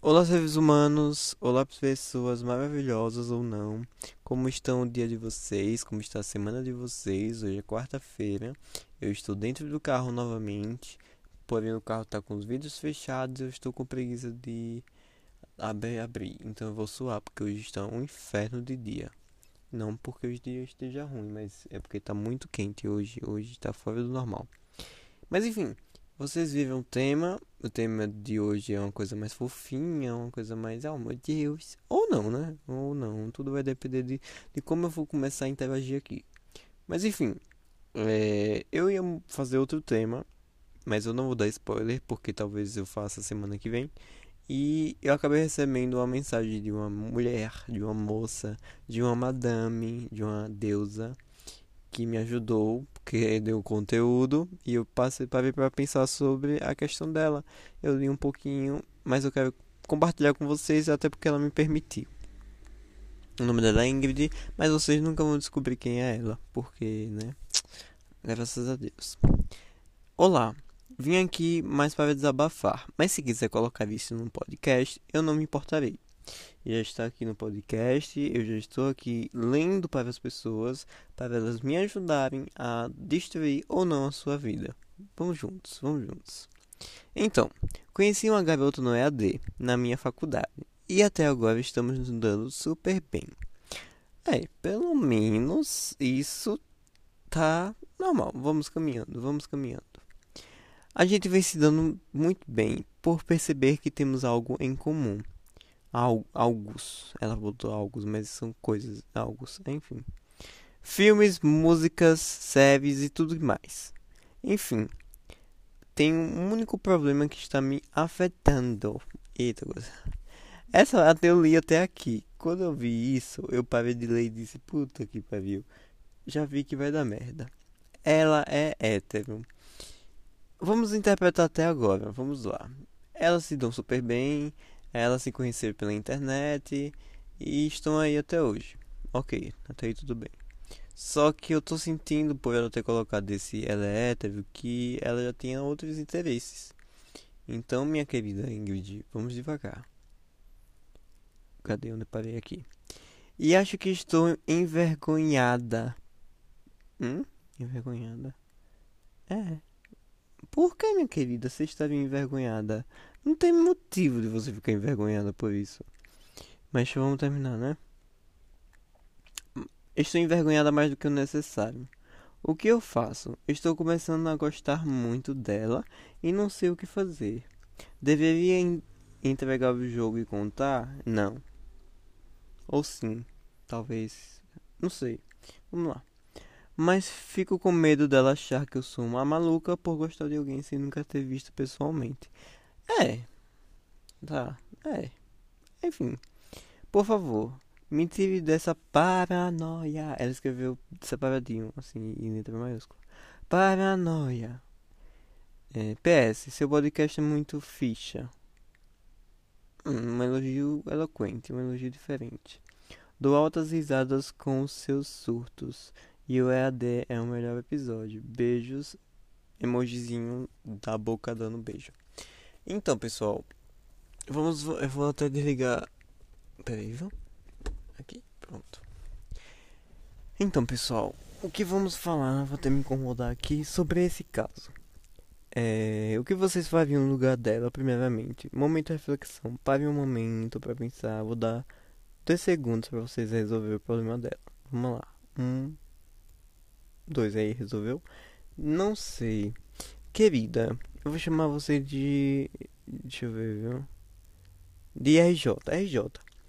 Olá, seres humanos, olá, pessoas maravilhosas ou não. Como estão o dia de vocês? Como está a semana de vocês? Hoje é quarta-feira. Eu estou dentro do carro novamente, porém o carro está com os vidros fechados. Eu estou com preguiça de abrir, então eu vou suar porque hoje está um inferno de dia. Não porque o dia esteja ruim, mas é porque está muito quente hoje. Hoje está fora do normal. Mas enfim, vocês viram o tema. O tema de hoje é uma coisa mais fofinha, uma coisa mais, oh meu Deus. Ou não, né? Ou não. Tudo vai depender de como eu vou começar a interagir aqui. Mas enfim, eu ia fazer outro tema, mas eu não vou dar spoiler, porque talvez eu faça semana que vem. E eu acabei recebendo uma mensagem de uma mulher, de uma moça, de uma madame, de uma deusa que me ajudou, porque deu conteúdo e eu passei para ver para pensar sobre a questão dela. Eu li um pouquinho, mas eu quero compartilhar com vocês até porque ela me permitiu. O nome dela é Ingrid, mas vocês nunca vão descobrir quem é ela, porque, né? Graças a Deus. Olá, vim aqui mais para desabafar, mas se quiser colocar isso num podcast, eu não me importarei. Já está aqui no podcast, eu já estou aqui lendo para as pessoas, para elas me ajudarem a destruir ou não a sua vida. Vamos juntos, vamos juntos. Então, conheci uma garota no EAD, na minha faculdade, e até agora estamos nos dando super bem. Pelo menos isso tá normal, vamos caminhando, vamos caminhando. A gente vem se dando muito bem por perceber que temos algo em comum. Alguns. Ela botou alguns, mas são coisas. Alguns. Enfim. Filmes, músicas, séries e tudo mais. Enfim. Tem um único problema que está me afetando. Eita coisa. Essa até eu li até aqui. Quando eu vi isso, eu parei de ler e disse: Puta que pariu. Já vi que vai dar merda. Ela é hétero. Vamos interpretar até agora. Vamos lá. Elas se dão super bem. Elas se conheceram pela internet e estão aí até hoje. Ok, até aí tudo bem. Só que eu tô sentindo, por ela ter colocado esse ela é hétero, que ela já tinha outros interesses. Então, minha querida Ingrid, vamos devagar. Cadê onde eu parei aqui? E acho que estou envergonhada. Envergonhada? É. Por que, minha querida, você estaria envergonhada? Não tem motivo de você ficar envergonhada por isso. Mas vamos terminar, né? Estou envergonhada mais do que o necessário. O que eu faço? Estou começando a gostar muito dela e não sei o que fazer. Deveria entregar o jogo e contar? Não. Ou sim. Talvez. Não sei. Vamos lá. Mas fico com medo dela achar que eu sou uma maluca por gostar de alguém sem nunca ter visto pessoalmente. É, tá. É. Enfim. Por favor, me tire dessa paranoia. Ela escreveu separadinho, assim, em letra maiúscula. Paranoia. PS, seu podcast é muito ficha. Um elogio eloquente, um elogio diferente. Dou altas risadas com os seus surtos. E o EAD é o melhor episódio. Beijos, emojizinho da boca dando beijo. Então, pessoal, eu vou até desligar. Peraí, viu? Aqui, pronto. Então, pessoal, o que vamos falar? Vou até me incomodar aqui sobre esse caso. O que vocês fariam no lugar dela, primeiramente? Momento de reflexão. Pare um momento para pensar. Vou dar 2 segundos para vocês resolver o problema dela. Vamos lá. 2 aí, resolveu? Não sei. Querida, eu vou chamar você de. Deixa eu ver, viu? De RJ. RJ.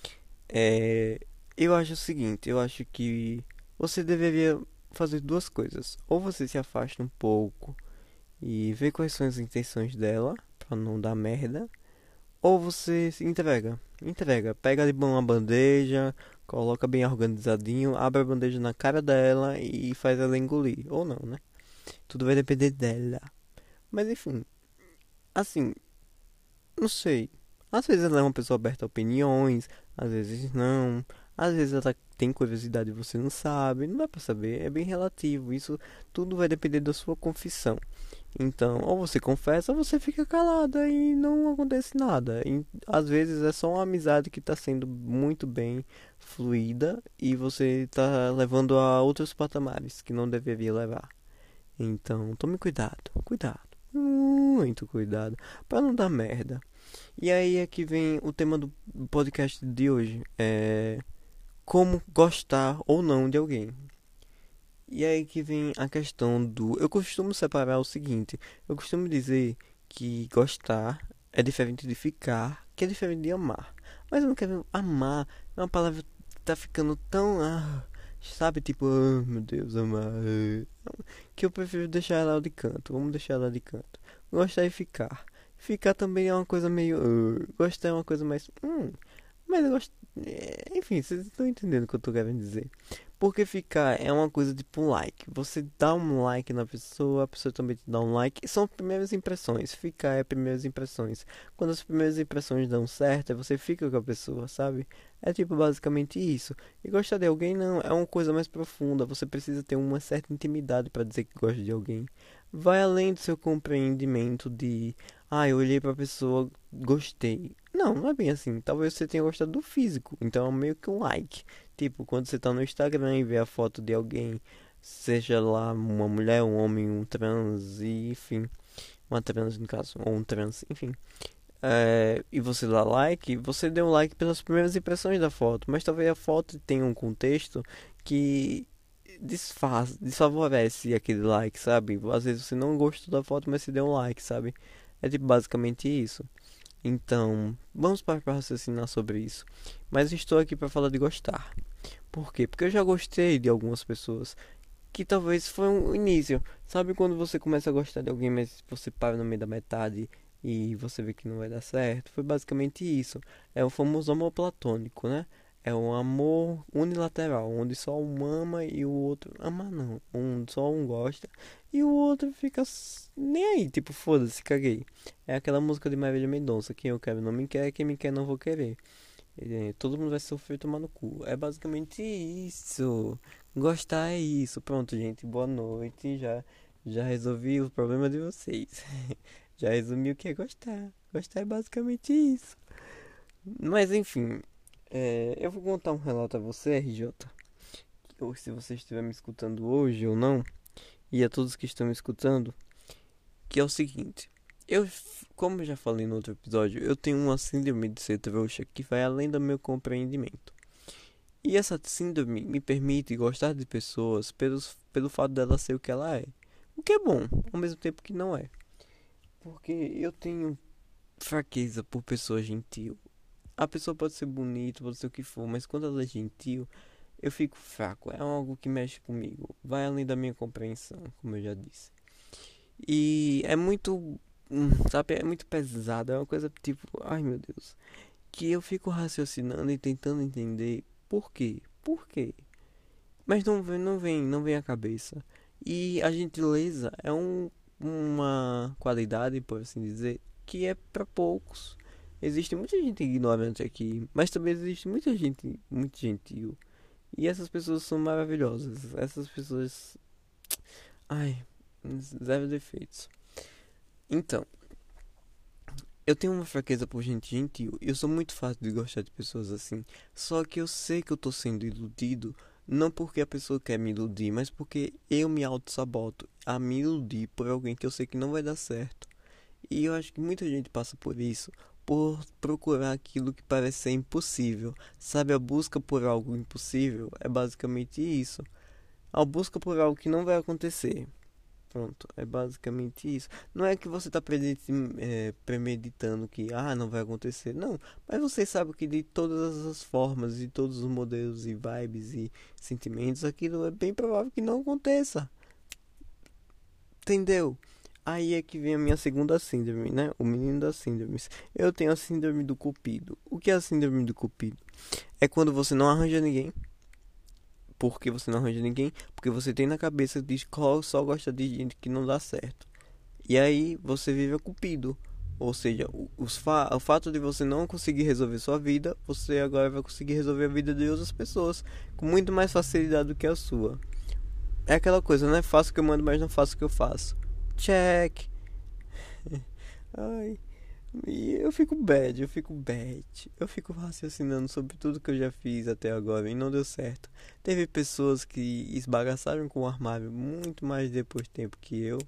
Eu acho o seguinte, eu acho que você deveria fazer duas coisas. Ou você se afasta um pouco e vê quais são as intenções dela, pra não dar merda. Ou você se entrega. Entrega. Pega de uma bandeja, coloca bem organizadinho, abre a bandeja na cara dela e faz ela engolir. Ou não, né? Tudo vai depender dela. Mas enfim, assim, não sei. Às vezes ela é uma pessoa aberta a opiniões, às vezes não. Às vezes ela tem curiosidade e você não sabe, não dá pra saber, é bem relativo. Isso tudo vai depender da sua confissão. Então, ou você confessa ou você fica calada e não acontece nada. E, às vezes é só uma amizade que está sendo muito bem fluida e você está levando a outros patamares que não deveria levar. Então, tome cuidado, cuidado, muito cuidado, para não dar merda. E aí é que vem o tema do podcast de hoje, é como gostar ou não de alguém. E aí que vem a questão do... Eu costumo separar o seguinte. Eu costumo dizer que gostar é diferente de ficar, que é diferente de amar. Mas eu não quero amar. É uma palavra que tá ficando tão... sabe, tipo... meu Deus, amar. Que eu prefiro deixar ela de canto. Vamos deixar ela de canto. Gostar e ficar. Ficar também é uma coisa meio... gostar é uma coisa mais... mas eu gosto... enfim, vocês estão entendendo o que eu tô querendo dizer. Porque ficar é uma coisa tipo um like. Você dá um like na pessoa, a pessoa também te dá um like. São primeiras impressões. Ficar é primeiras impressões. Quando as primeiras impressões dão certo, você fica com a pessoa, sabe? É tipo basicamente isso. E gostar de alguém não, é uma coisa mais profunda. Você precisa ter uma certa intimidade para dizer que gosta de alguém. Vai além do seu compreendimento de, eu olhei pra pessoa, gostei. Não, não é bem assim. Talvez você tenha gostado do físico. Então é meio que um like. Tipo, quando você tá no Instagram e vê a foto de alguém, seja lá uma mulher, um homem, um trans, e, enfim, uma trans no caso, ou um trans, enfim. E você dá like, você deu um like pelas primeiras impressões da foto, mas talvez a foto tenha um contexto que desfavorece aquele like, sabe? Às vezes você não gostou da foto, mas você deu um like, sabe? É tipo basicamente isso. Então, vamos para raciocinar sobre isso. Mas estou aqui para falar de gostar. Por quê? Porque eu já gostei de algumas pessoas que talvez foi um início. Sabe quando você começa a gostar de alguém, mas você para no meio da metade e você vê que não vai dar certo? Foi basicamente isso. É o famoso amor platônico, né? É um amor unilateral, onde só um ama e o outro ama não. Só um gosta e o outro fica nem aí, tipo, foda-se, caguei. É aquela música de Marília Mendonça, quem eu quero não me quer, quem me quer não vou querer. Todo mundo vai sofrer e tomar no cu. É basicamente isso. Gostar é isso. Pronto, gente. Boa noite. Já resolvi o problema de vocês. Já resumi o que é gostar. Gostar é basicamente isso. Mas enfim, eu vou contar um relato a você, RJ. Ou se você estiver me escutando hoje ou não, e a todos que estão me escutando, que é o seguinte. Como eu já falei no outro episódio, eu tenho uma síndrome de ser trouxa que vai além do meu compreendimento. E essa síndrome me permite gostar de pessoas pelo fato dela ser o que ela é. O que é bom, ao mesmo tempo que não é. Porque eu tenho fraqueza por pessoa gentil. A pessoa pode ser bonita, pode ser o que for, mas quando ela é gentil, eu fico fraco. É algo que mexe comigo. Vai além da minha compreensão, como eu já disse. E é muito, sabe, é muito pesado. É uma coisa tipo, ai meu Deus. Que eu fico raciocinando e tentando entender por quê. Por quê? Mas não vem à cabeça. E a gentileza é uma qualidade, por assim dizer, que é para poucos. Existe muita gente ignorante aqui, mas também existe muita gente muito gentil. E essas pessoas são maravilhosas. Essas pessoas, ai, zero defeitos. Então, eu tenho uma fraqueza por gente gentil. Eu sou muito fácil de gostar de pessoas assim. Só que eu sei que eu tô sendo iludido. Não porque a pessoa quer me iludir, mas porque eu me auto-saboto a me iludir por alguém que eu sei que não vai dar certo. E eu acho que muita gente passa por isso. Por procurar aquilo que parece ser impossível. Sabe, a busca por algo impossível é basicamente isso. A busca por algo que não vai acontecer. Pronto, é basicamente isso. Não é que você está premeditando que não vai acontecer, não. Mas você sabe que de todas as formas, de todos os modelos e vibes e sentimentos, aquilo é bem provável que não aconteça. Entendeu? Aí é que vem a minha segunda síndrome, né? O menino das síndromes. Eu tenho a síndrome do cupido. O que é a síndrome do cupido? É quando você não arranja ninguém. Por que você não arranja ninguém? Porque você tem na cabeça de que só gosta de gente que não dá certo. E aí você vive cupido. Ou seja, o fato de você não conseguir resolver sua vida, você agora vai conseguir resolver a vida de outras pessoas com muito mais facilidade do que a sua. É aquela coisa, né? Faço o que eu mando, mas não faço o que eu faço. Check. Ai, e eu fico raciocinando sobre tudo que eu já fiz até agora e não deu certo. Teve pessoas que esbagaçaram com o armário muito mais depois de tempo que eu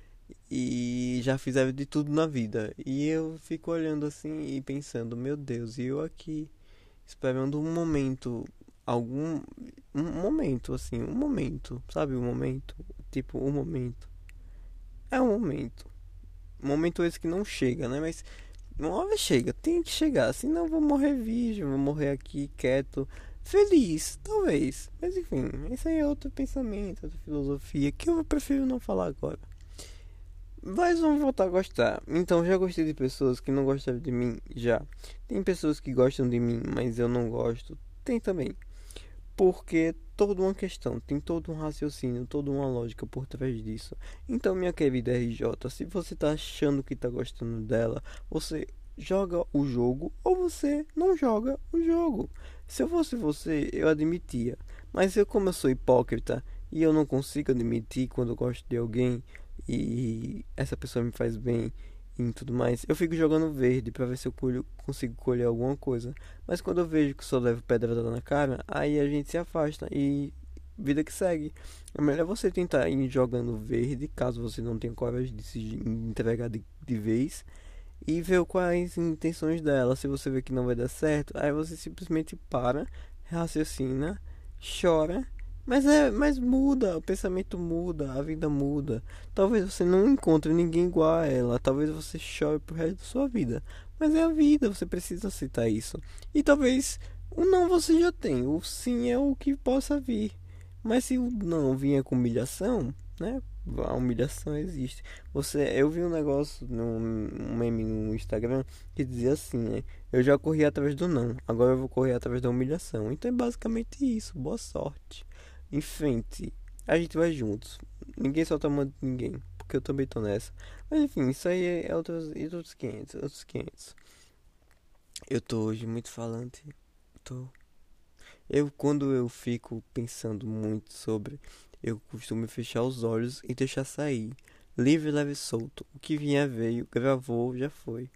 e já fizeram de tudo na vida. E eu fico olhando assim e pensando, meu Deus, e eu aqui esperando um momento, algum um momento assim, um momento, sabe, um momento, tipo, um momento. É um momento. Um momento esse que não chega, né? Mas uma hora chega, tem que chegar, senão eu vou morrer virgem, vou morrer aqui quieto, feliz, talvez. Mas enfim, isso aí é outro pensamento, outra filosofia que eu prefiro não falar agora. Mas vamos voltar a gostar. Então, já gostei de pessoas que não gostavam de mim, já. Tem pessoas que gostam de mim, mas eu não gosto. Tem também. Porque toda uma questão, tem todo um raciocínio, toda uma lógica por trás disso. Então, minha querida RJ, se você tá achando que tá gostando dela, você joga o jogo ou você não joga o jogo. Se eu fosse você, eu admitia. Mas eu, como eu sou hipócrita e eu não consigo admitir quando eu gosto de alguém e essa pessoa me faz bem e tudo mais, eu fico jogando verde pra ver se eu consigo colher alguma coisa. Mas quando eu vejo que só levo pedrada na cara, aí a gente se afasta e vida que segue. É melhor você tentar ir jogando verde, caso você não tenha coragem de se entregar de vez, e ver quais as intenções dela. Se você vê que não vai dar certo, aí você simplesmente para, raciocina, chora. Mas muda, o pensamento muda, a vida muda. Talvez você não encontre ninguém igual a ela, talvez você chore pro resto da sua vida. Mas é a vida, você precisa aceitar isso. E talvez o não você já tem, o sim é o que possa vir. Mas se o não vier com humilhação, né? A humilhação existe. Eu vi um negócio um meme no Instagram que dizia assim, né? Eu já corri atrás do não, agora eu vou correr atrás da humilhação. Então é basicamente isso. Boa sorte. Em frente. A gente vai juntos. Ninguém solta a mão de ninguém, porque eu também tô nessa. Mas enfim, isso aí é outros 500, outros 500. Eu tô hoje muito falante. Tô. Quando eu fico pensando muito sobre, eu costumo fechar os olhos e deixar sair. Livre, leve e solto. O que vier veio, gravou, já foi.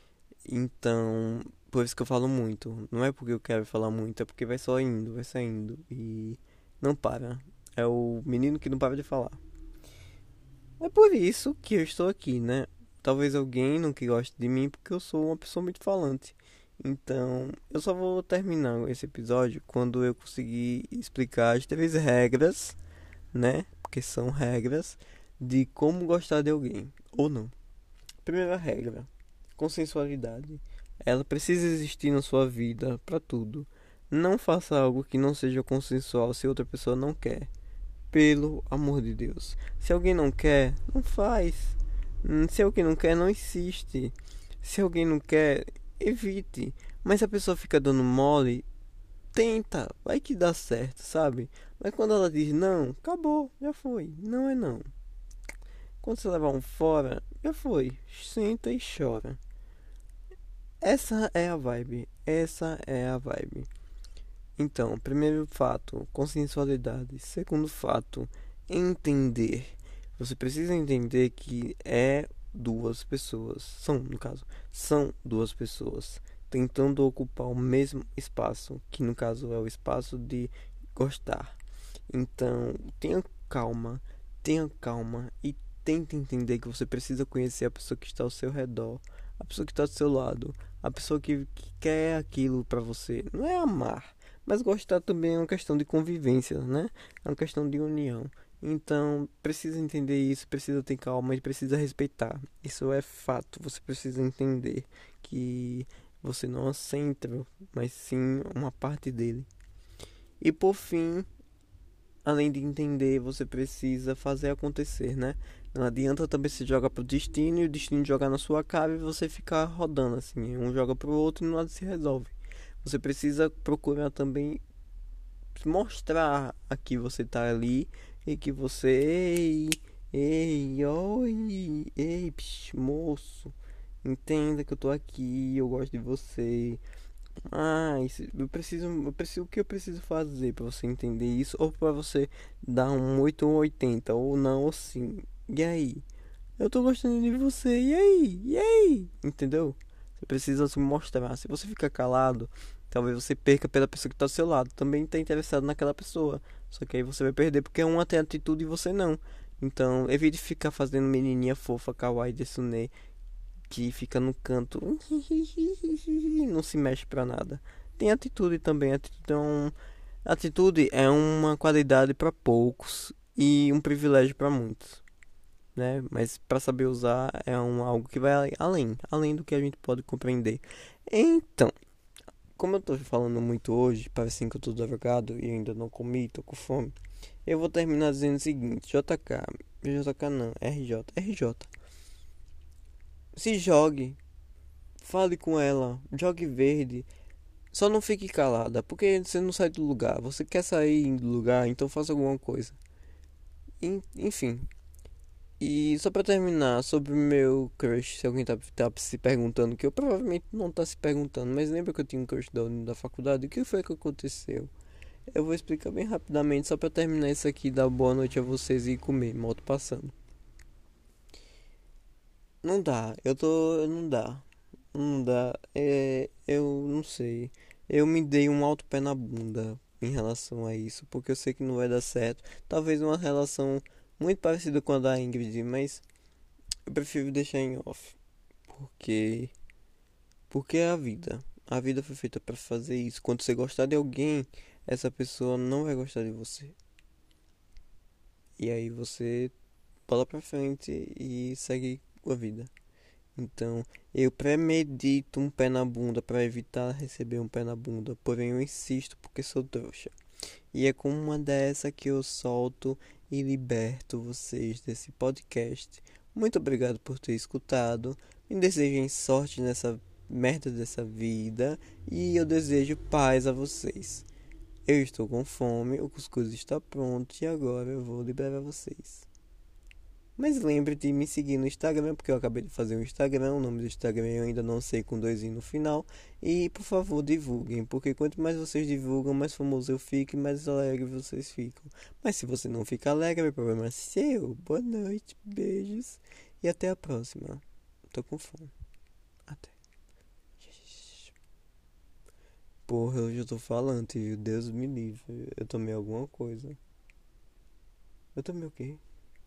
Então, por isso que eu falo muito. Não é porque eu quero falar muito, é porque vai só indo, vai saindo. E não para. É o menino que não para de falar. É por isso que eu estou aqui, né? Talvez alguém não que goste de mim porque eu sou uma pessoa muito falante. Então, eu só vou terminar esse episódio quando eu conseguir explicar as 3 regras, né? Porque são regras de como gostar de alguém ou não. Primeira regra: consensualidade. Ela precisa existir na sua vida para tudo. Não faça algo que não seja consensual se outra pessoa não quer. Pelo amor de Deus. Se alguém não quer, não faz. Se alguém não quer, não insiste. Se alguém não quer, evite. Mas se a pessoa fica dando mole, tenta. Vai que dá certo, sabe? Mas quando ela diz não, acabou, já foi. Não é não. Quando você levar um fora, já foi. Senta e chora. Essa é a vibe. Essa é a vibe. Então, primeiro fato, consensualidade. Segundo fato, entender. Você precisa entender que é duas pessoas. No caso, são duas pessoas tentando ocupar o mesmo espaço, que no caso é o espaço de gostar. Então, tenha calma e tente entender que você precisa conhecer a pessoa que está ao seu redor, a pessoa que está do seu lado, a pessoa que quer aquilo pra você. Não é amar, mas gostar também é uma questão de convivência, né? É uma questão de união. Então, precisa entender isso, precisa ter calma e precisa respeitar. Isso é fato. Você precisa entender que você não é o centro, mas sim uma parte dele. E por fim, além de entender, você precisa fazer acontecer, né? Não adianta também se jogar pro destino e o destino jogar na sua cara e você ficar rodando assim. Um joga pro outro e nada se resolve. Você precisa procurar também mostrar a que você tá ali e que você, ei, oi, ei, moço, Entenda que eu tô aqui, eu gosto de você. Mas o que eu preciso fazer pra você entender isso? Ou pra você dar um 8 ou 80, ou não, ou sim. E aí? Eu tô gostando de você, e aí? E aí? Entendeu? Você precisa se mostrar. Se você ficar calado, talvez você perca pela pessoa que tá ao seu lado. Também tá interessado naquela pessoa. Só que aí você vai perder porque uma tem atitude e você não. Então, evite ficar fazendo menininha fofa, kawaii, desune, que fica no canto, não se mexe pra nada. Tem atitude também. Atitude é uma qualidade para poucos e um privilégio para muitos, né? Mas para saber usar é algo que vai além do que a gente pode compreender. Então, como eu tô falando muito hoje, parece que eu tô drogado e ainda não comi, tô com fome. Eu vou terminar dizendo o seguinte: JK não, RJ. Se jogue, fale com ela, jogue verde. Só não fique calada, porque você não sai do lugar. Você quer sair do lugar, então faça alguma coisa. Enfim. E só pra terminar, sobre o meu crush, se alguém tá se perguntando, que eu provavelmente não tá se perguntando, mas lembra que eu tinha um crush da faculdade? O que foi que aconteceu? Eu vou explicar bem rapidamente, só pra terminar isso aqui, dar boa noite a vocês e ir comer, moto passando. Não dá, não dá. Não dá, eu não sei. Eu me dei um alto pé na bunda em relação a isso, porque eu sei que não vai dar certo. Talvez uma relação muito parecida com a da Ingrid, mas eu prefiro deixar em off, porque é a vida. A vida foi feita para fazer isso. Quando você gostar de alguém, essa pessoa não vai gostar de você. E aí você bola pra frente e segue a vida. Então, eu premedito um pé na bunda para evitar receber um pé na bunda, porém eu insisto porque sou trouxa. E é com uma dessa que eu solto e liberto vocês desse podcast. Muito obrigado por ter escutado. Me desejem sorte nessa merda dessa vida e eu desejo paz a vocês. Eu estou com fome, o cuscuz está pronto e agora eu vou liberar vocês. Mas lembre de me seguir no Instagram, porque eu acabei de fazer um Instagram. O nome do Instagram eu ainda não sei, com dois i no final. E por favor, divulguem, porque quanto mais vocês divulgam, mais famoso eu fico e mais alegre vocês ficam. Mas se você não fica alegre, o problema é seu. Boa noite, beijos e até a próxima. Tô com fome. Até. Porra, hoje eu tô falando, viu? Deus me livre. Eu tomei alguma coisa. Eu tomei o quê?